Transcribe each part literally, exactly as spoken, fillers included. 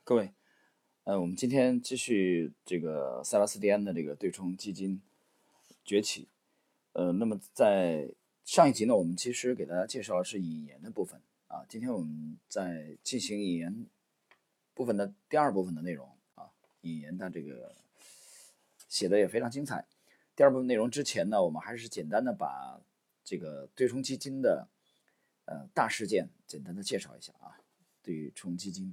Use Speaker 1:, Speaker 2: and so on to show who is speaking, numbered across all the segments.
Speaker 1: 各位，呃，我们今天继续这个塞巴斯蒂安的这个对冲基金崛起。呃，那么在上一集呢，我们其实给大家介绍的是引言的部分啊。今天我们在进行引言部分的第二部分的内容啊，引言的这个写的也非常精彩。第二部分内容之前呢，我们还是简单的把这个对冲基金的呃大事件简单的介绍一下啊。对冲基金。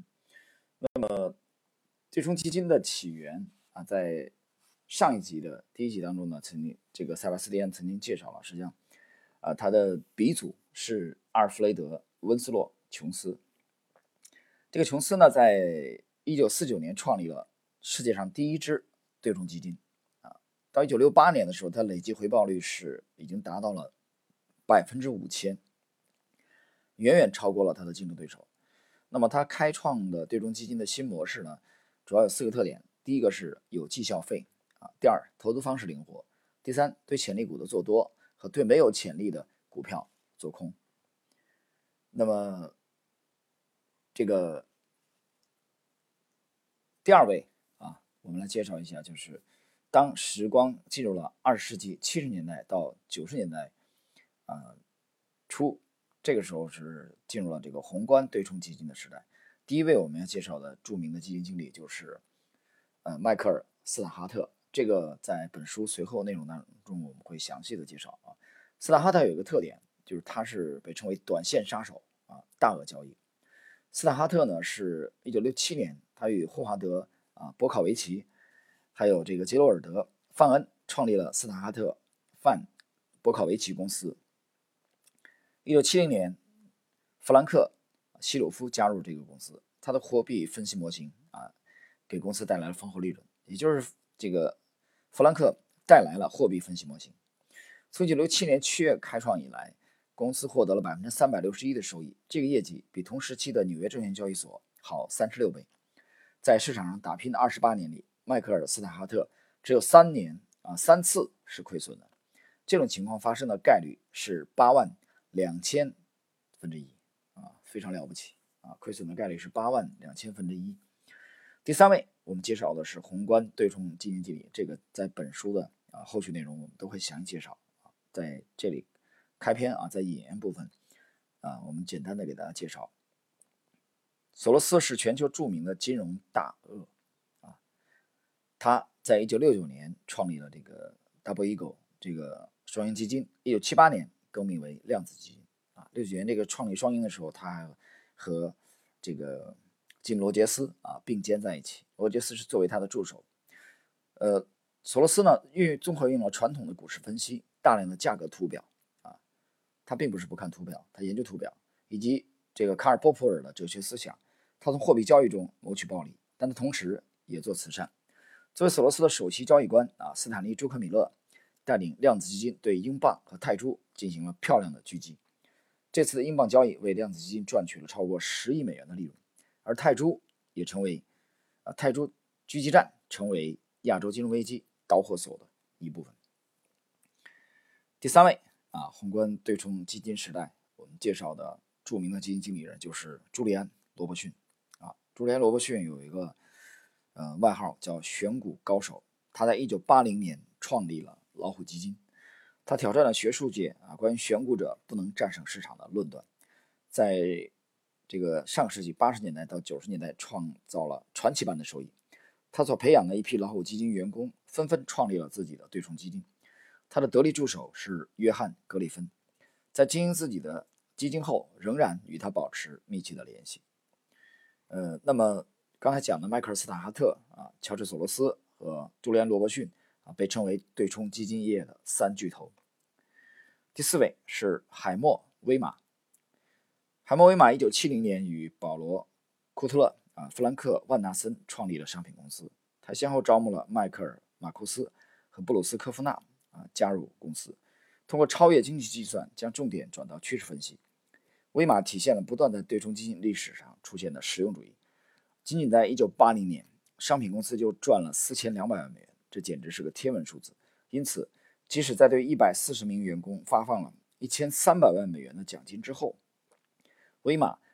Speaker 1: 对冲基金的起源啊，在上一集的第一集当中呢，曾经这个塞巴斯蒂安曾经介绍了。实际上，啊，他的鼻祖是阿尔弗雷德·温斯洛·琼斯。这个琼斯呢，在一九四九年创立了世界上第一支对冲基金啊。到一九六八年的时候，他累计回报率是已经达到了百分之五千，远远超过了他的竞争对手。那么他开创的对冲基金的新模式呢，主要有四个特点。第一个是有绩效费啊，第二，投资方式灵活，第三，对潜力股的做多和对没有潜力的股票做空。那么这个第二位啊，我们来介绍一下，就是当时光进入了二十世纪七十年代到九十年代啊初，这个时候是进入了这个宏观对冲基金的时代。第一位我们要介绍的著名的基金经理就是呃迈克尔·斯塔哈特，这个在本书随后内容当中我们会详细的介绍啊。斯塔哈特有一个特点，就是他是被称为短线杀手啊，大额交易。斯塔哈特呢是一九六七年，他与霍华德啊博考维奇，还有这个杰罗尔德·范恩创立了斯塔哈特范博考维奇公司。一九七零年，弗兰克·希鲁夫加入这个公司，他的货币分析模型啊，给公司带来了丰厚利润。也就是这个弗兰克带来了货币分析模型。从一九六七年七月开创以来，公司获得了百分之三百六十一的收益，这个业绩比同时期的纽约证券交易所好三十六倍。在市场上打拼的二十八年里，迈克尔·斯塔哈特只有三年啊三次是亏损的。这种情况发生的概率是八万两千分之一啊，非常了不起啊！亏损的概率是八万两千分之一。第三位，我们介绍的是宏观对冲基金经理，这个在本书的啊后续内容我们都会详细介绍啊。在这里开篇啊，在引言部分啊，我们简单的给大家介绍。索罗斯是全球著名的金融大鳄啊，他在一九六九年创立了这个 Double Eagle 这个双鹰基金，一九七八年更名为量子基金啊。六九年这个创立双鹰的时候，他还和这个金罗杰斯啊并肩在一起，罗杰斯是作为他的助手。呃，索罗斯呢，运综合运用了传统的股市分析，大量的价格图表啊，他并不是不看图表，他研究图表，以及这个卡尔波普尔的哲学思想。他从货币交易中谋取暴利，但他同时也做慈善。作为索罗斯的首席交易官啊，斯坦利·朱克米勒带领量子基金对英镑和泰铢进行了漂亮的狙击。这次的英镑交易为量子基金赚取了超过十亿美元的利润，而泰铢也成为啊泰铢狙击战成为亚洲金融危机导火索的一部分。第三位啊，宏观对冲基金时代我们介绍的著名的基金经理人就是朱利安·罗伯逊啊。朱利安·罗伯逊有一个呃外号叫选股高手，他在一九八零年创立了老虎基金。他挑战了学术界啊关于选股者不能战胜市场的论断，在这个上世纪八十年代到九十年代创造了传奇般的收益。他所培养的一批老虎基金员工纷纷创立了自己的对冲基金。他的得力助手是约翰·格里芬，在经营自己的基金后，仍然与他保持密切的联系。呃，那么刚才讲的迈克尔·斯塔哈特啊、乔治·索罗斯和朱利安·罗伯逊啊，被称为对冲基金业的三巨头。第四位是海默·威马。海默·威马一九七零年与保罗·库特勒啊、弗兰克·万纳森创立了商品公司。他先后招募了迈克尔·马库斯和布鲁斯·科夫纳啊加入公司，通过超越经济计算，将重点转到趋势分析。威马体现了不断在对冲基金历史上出现的实用主义。仅仅在一九八零年，商品公司就赚了四千两百万美元，这简直是个天文数字。因此，即使在对一百四十名员工发放了一千三百万美元的奖金之后，威马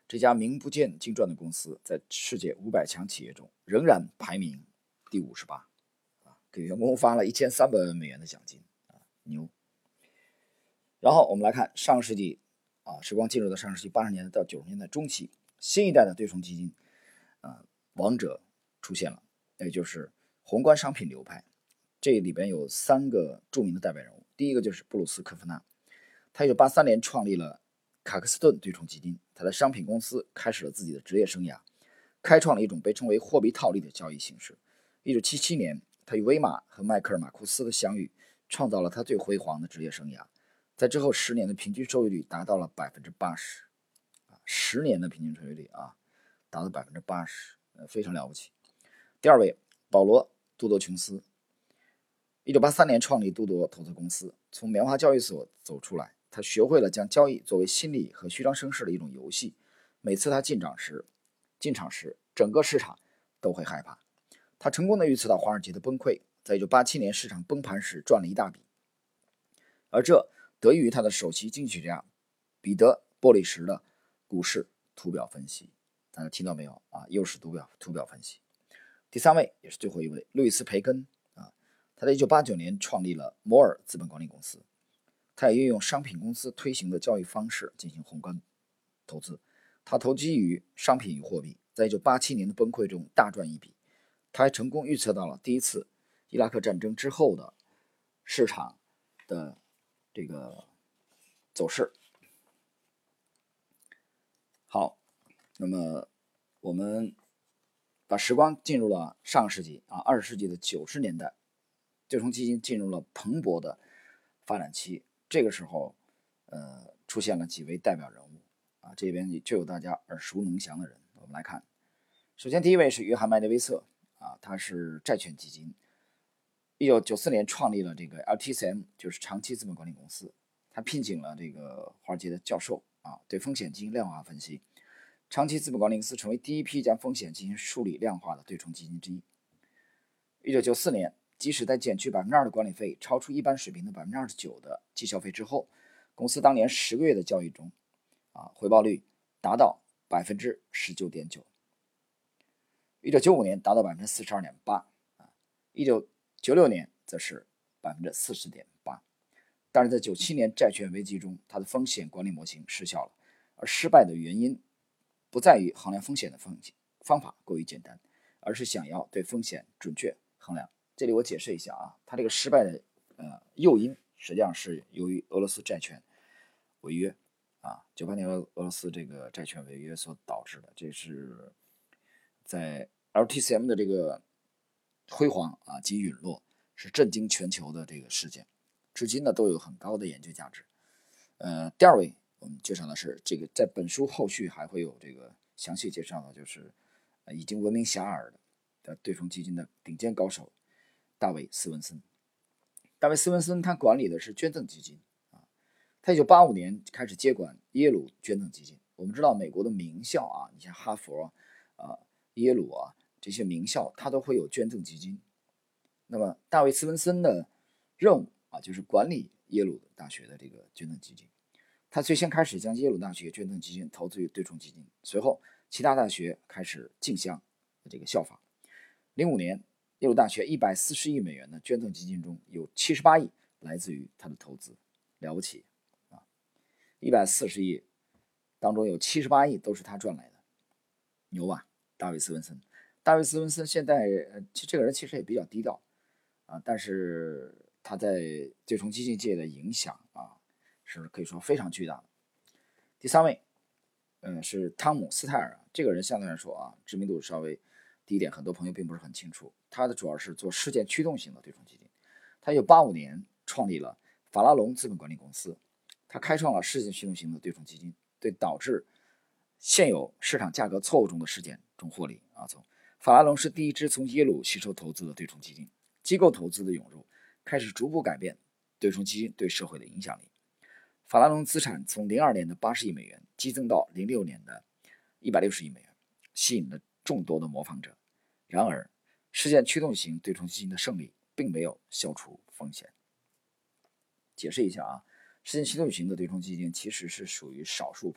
Speaker 1: 这家名不见经传的公司在世界五百强企业中仍然排名第五十八，啊，给员工发了一千三百万美元的奖金，啊，牛。然后我们来看上个世纪啊，时光进入到上个世纪八十年代到九十年代中期，新一代的对冲基金，啊，王者出现了，也就是宏观商品流派。这里边有三个著名的代表人物，第一个就是布鲁斯·科夫纳，他一九八三年创立了卡克斯顿对冲基金，他的商品公司开始了自己的职业生涯，开创了一种被称为货币套利的交易形式。一九七七年，他与威马和迈克尔·马库斯的相遇，创造了他最辉煌的职业生涯。在之后十年的平均收益率达到了百分之八十，啊，十年的平均收益率啊，达到百分之八十，非常了不起。第二位，保罗·杜多琼斯，一九八三年创立杜多投资公司，从棉花交易所走出来，他学会了将交易作为心理和虚张声势的一种游戏。每次他进场时，进场时，整个市场都会害怕。他成功的预测到华尔街的崩溃，在一九八七年市场崩盘时赚了一大笔，而这得益于他的首席经济学家彼得·波利什的股市图表分析。大家听到没有啊？又是图表图表分析。第三位也是最后一位，路易斯·培根啊，他在一九八九年创立了摩尔资本管理公司，他也运用商品公司推行的交易方式进行宏观投资。他投机于商品与货币，在一九八七年的崩溃中大赚一笔。他还成功预测到了第一次伊拉克战争之后的市场的这个走势。好，那么我们把时光进入了上个世纪啊，二十世纪的九十年代，对冲基金进入了蓬勃的发展期。这个时候，呃，出现了几位代表人物啊，这边就有大家耳熟能详的人。我们来看，首先第一位是约翰麦德威瑟啊，他是债券基金，一九九四年创立了这个 L T C M， 就是长期资本管理公司。他聘请了这个华尔街的教授啊，对风险进行量化分析。长期资本管理公司成为第一批将风险进行梳理量化的对冲基金之一。一九九四年，即使在减去百分之二的管理费，超出一般水平的百分之二十九的绩效费之后，公司当年十个月的交易中，啊，回报率达到百分之十九点九。一九九五年达到百分之四十二点八，啊，一九九六年则是百分之四十点八。但是在九七年债券危机中，它的风险管理模型失效了，而失败的原因不在于衡量风险的风险方法过于简单，而是想要对风险准确衡量。这里我解释一下啊，它这个失败的呃诱因实际上是由于俄罗斯债券违约啊，九八年俄罗斯这个债券违约所导致的。这是在 L T C M 的这个辉煌啊及陨落是震惊全球的这个事件。至今呢都有很高的研究价值。呃，第二位我们介绍的是这个，在本书后续还会有这个详细介绍的，就是呃已经闻名遐迩的对冲基金的顶尖高手大卫·斯文森。大卫·斯文森他管理的是捐赠基金啊，他一九八五年开始接管耶鲁捐赠基金。我们知道美国的名校啊，你像哈佛啊、耶鲁啊这些名校，它都会有捐赠基金。那么大卫·斯文森的任务啊，就是管理耶鲁大学的这个捐赠基金。他最先开始将耶鲁大学捐赠基金投资于对冲基金，随后其他大学开始竞相这个效仿。零五年，耶鲁大学一百四十亿美元的捐赠基金中有七十八亿来自于他的投资，了不起啊！一百四十亿当中有七十八亿都是他赚来的，牛吧？大卫·斯文森。大卫·斯文森现在呃，这个人其实也比较低调啊，但是他在对冲基金界的影响啊，是可以说非常巨大的。第三位，嗯，是汤姆·斯泰尔，这个人相对来说啊，知名度稍微低一点，很多朋友并不是很清楚。他的主要是做事件驱动型的对冲基金。他一九八五年创立了法拉隆资本管理公司，他开创了事件驱动型的对冲基金，对导致现有市场价格错误中的事件中获利啊。从法拉隆是第一支从耶鲁吸收投资的对冲基金，机构投资的涌入开始逐步改变对冲基金对社会的影响力。法拉隆资产从零二年的八十亿美元激增到零六年的一百六十亿美元，吸引了众多的模仿者。然而，事件驱动型对冲基金的胜利并没有消除风险。解释一下啊，事件驱动型的对冲基金其实是属于少数派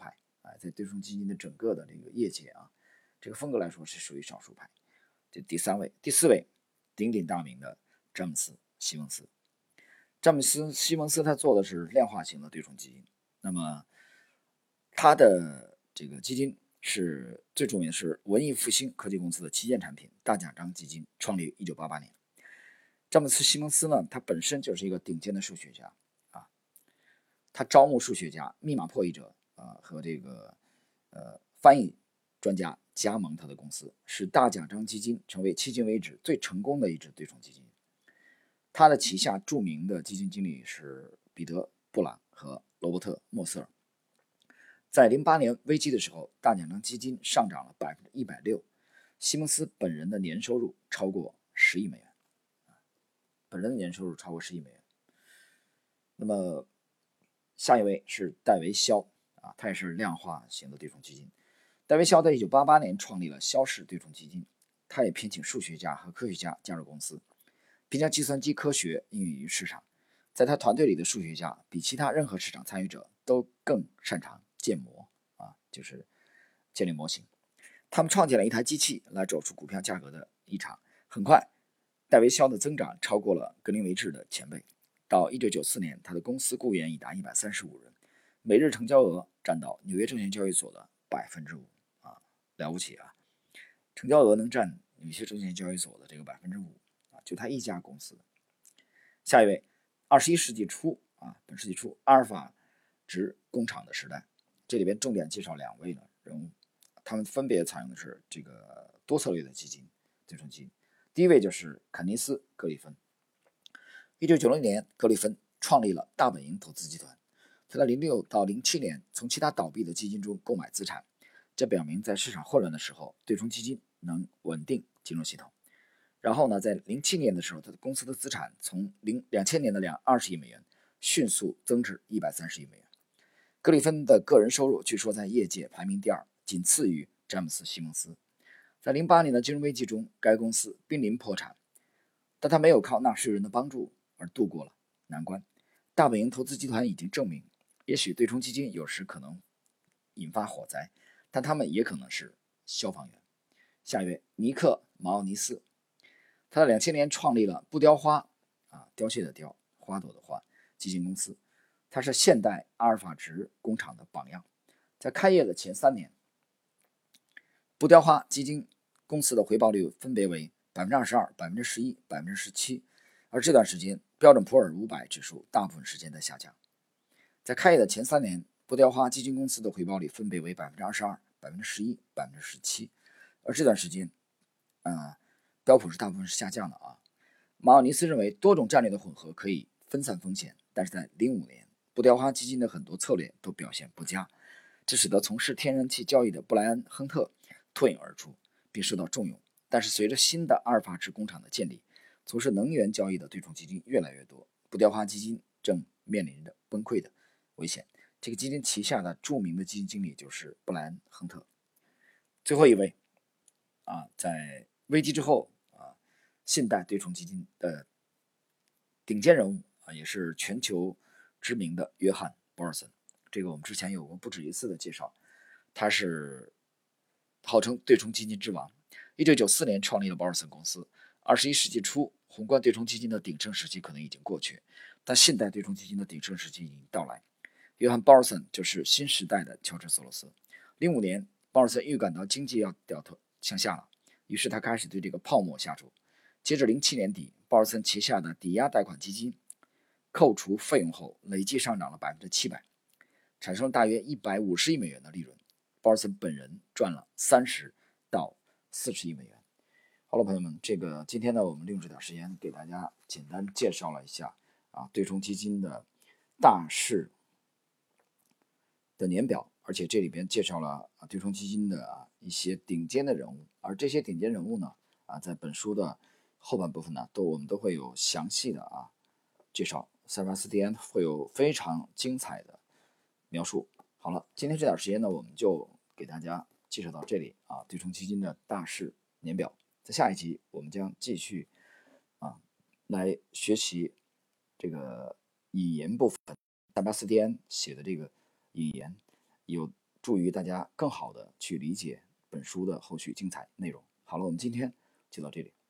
Speaker 1: 哎，在对冲基金的整个的这个业界啊，这个风格来说是属于少数派。这第三位，第四位，鼎鼎大名的詹姆斯·西蒙斯。詹姆斯·西蒙斯他做的是量化型的对冲基金，那么他的这个基金是最著名的是文艺复兴科技公司的旗舰产品大奖章基金，创立于一九八八年。詹姆斯·西蒙斯呢，他本身就是一个顶尖的数学家啊，他招募数学家、密码破译者啊和这个呃翻译专家加盟他的公司，使大奖章基金成为迄今为止最成功的一支对冲基金。他的旗下著名的基金经理是彼得·布朗和罗伯特·莫瑟尔。在零八年危机的时候，大奖章基金上涨了百分之一百六，西蒙斯本人的年收入超过十亿美元，本人的年收入超过十亿美元。那么下一位是戴维·肖啊，他也是量化型的对冲基金。戴维·肖在一九八八年创立了肖氏对冲基金，他也聘请数学家和科学家加入公司，并将计算机科学应用于市场。在他团队里的数学家比其他任何市场参与者都更擅长建模啊，就是建立模型。他们创建了一台机器来找出股票价格的异常。很快，戴维·肖的增长超过了格林维治的前辈。到一九九四年，他的公司雇员已达一百三十五人，每日成交额占到纽约证券交易所的百分之五啊，了不起啊！成交额能占纽约证券交易所的这个百分之五啊，就他一家公司。下一位，二十一世纪初啊，本世纪初，阿尔法值工厂的时代，这里边重点介绍两位呢人物，他们分别采用的是这个多策略的基金对冲基金。第一位就是肯尼斯·格里芬。一九九六年，格里芬创立了大本营投资集团。他在零六到零七年从其他倒闭的基金中购买资产，这表明在市场混乱的时候，对冲基金能稳定金融系统。然后呢，在零七年的时候，他的公司的资产从零两千年的两二十亿美元迅速增至一百三十亿美元。格里芬的个人收入据说在业界排名第二，仅次于詹姆斯·西蒙斯。在零八年的金融危机中，该公司濒临破产，但他没有靠纳税人的帮助而度过了难关。大本营投资集团已经证明，也许对冲基金有时可能引发火灾，但他们也可能是消防员。下一位，尼克·毛奥尼斯。他在两千年创立了不雕花啊，凋谢的凋，花朵的花基金公司。它是现代阿尔法值工厂的榜样。在开业的前三年，不雕花基金公司的回报率分别为百分之二十二、百分之十一、百分之十七，而这段时间标准普尔五百指数大部分时间在下降。在开业的前三年，不雕花基金公司的回报率分别为百分之二十二、百分之十一、百分之十七，而这段时间，呃，标普是大部分是下降的啊。马尔尼斯认为多种战略的混合可以分散风险，但是在零五年，不雕花基金的很多策略都表现不佳，这使得从事天然气交易的布莱恩·亨特脱颖而出，并受到重用。但是随着新的阿尔法值工厂的建立，从事能源交易的对冲基金越来越多，不雕花基金正面临着崩溃的危险。这个基金旗下的著名的基金经理就是布莱恩·亨特。最后一位啊，在危机之后啊，信贷对冲基金的顶尖人物啊，也是全球知名的约翰·鲍尔森。这个我们之前有过不止一次的介绍，他是号称对冲基金之王。一九九四年创立了鲍尔森公司。二十一世纪初，宏观对冲基金的鼎盛时期可能已经过去，但信贷对冲基金的鼎盛时期已经到来。约翰·鲍尔森就是新时代的乔治·索罗斯。零五年，鲍尔森预感到经济要掉头向下了，于是他开始对这个泡沫下注。截至零七年底，鲍尔森旗下的抵押贷款基金扣除费用后累计上涨了百分之七百，产生了大约一百五十亿美元的利润。鲍尔森本人赚了三十到四十亿美元。好了，朋友们，这个今天呢，我们利用这点时间给大家简单介绍了一下啊对冲基金的大势的年表，而且这里边介绍了啊对冲基金的啊一些顶尖的人物，而这些顶尖人物呢啊在本书的后半部分呢都我们都会有详细的啊介绍，塞巴斯蒂安会有非常精彩的描述。好了，今天这点时间呢，我们就给大家介绍到这里啊对冲基金的大势年表。在下一集我们将继续啊来学习这个引言部分，塞巴斯蒂安写的这个引言有助于大家更好的去理解本书的后续精彩内容。好了，我们今天就到这里。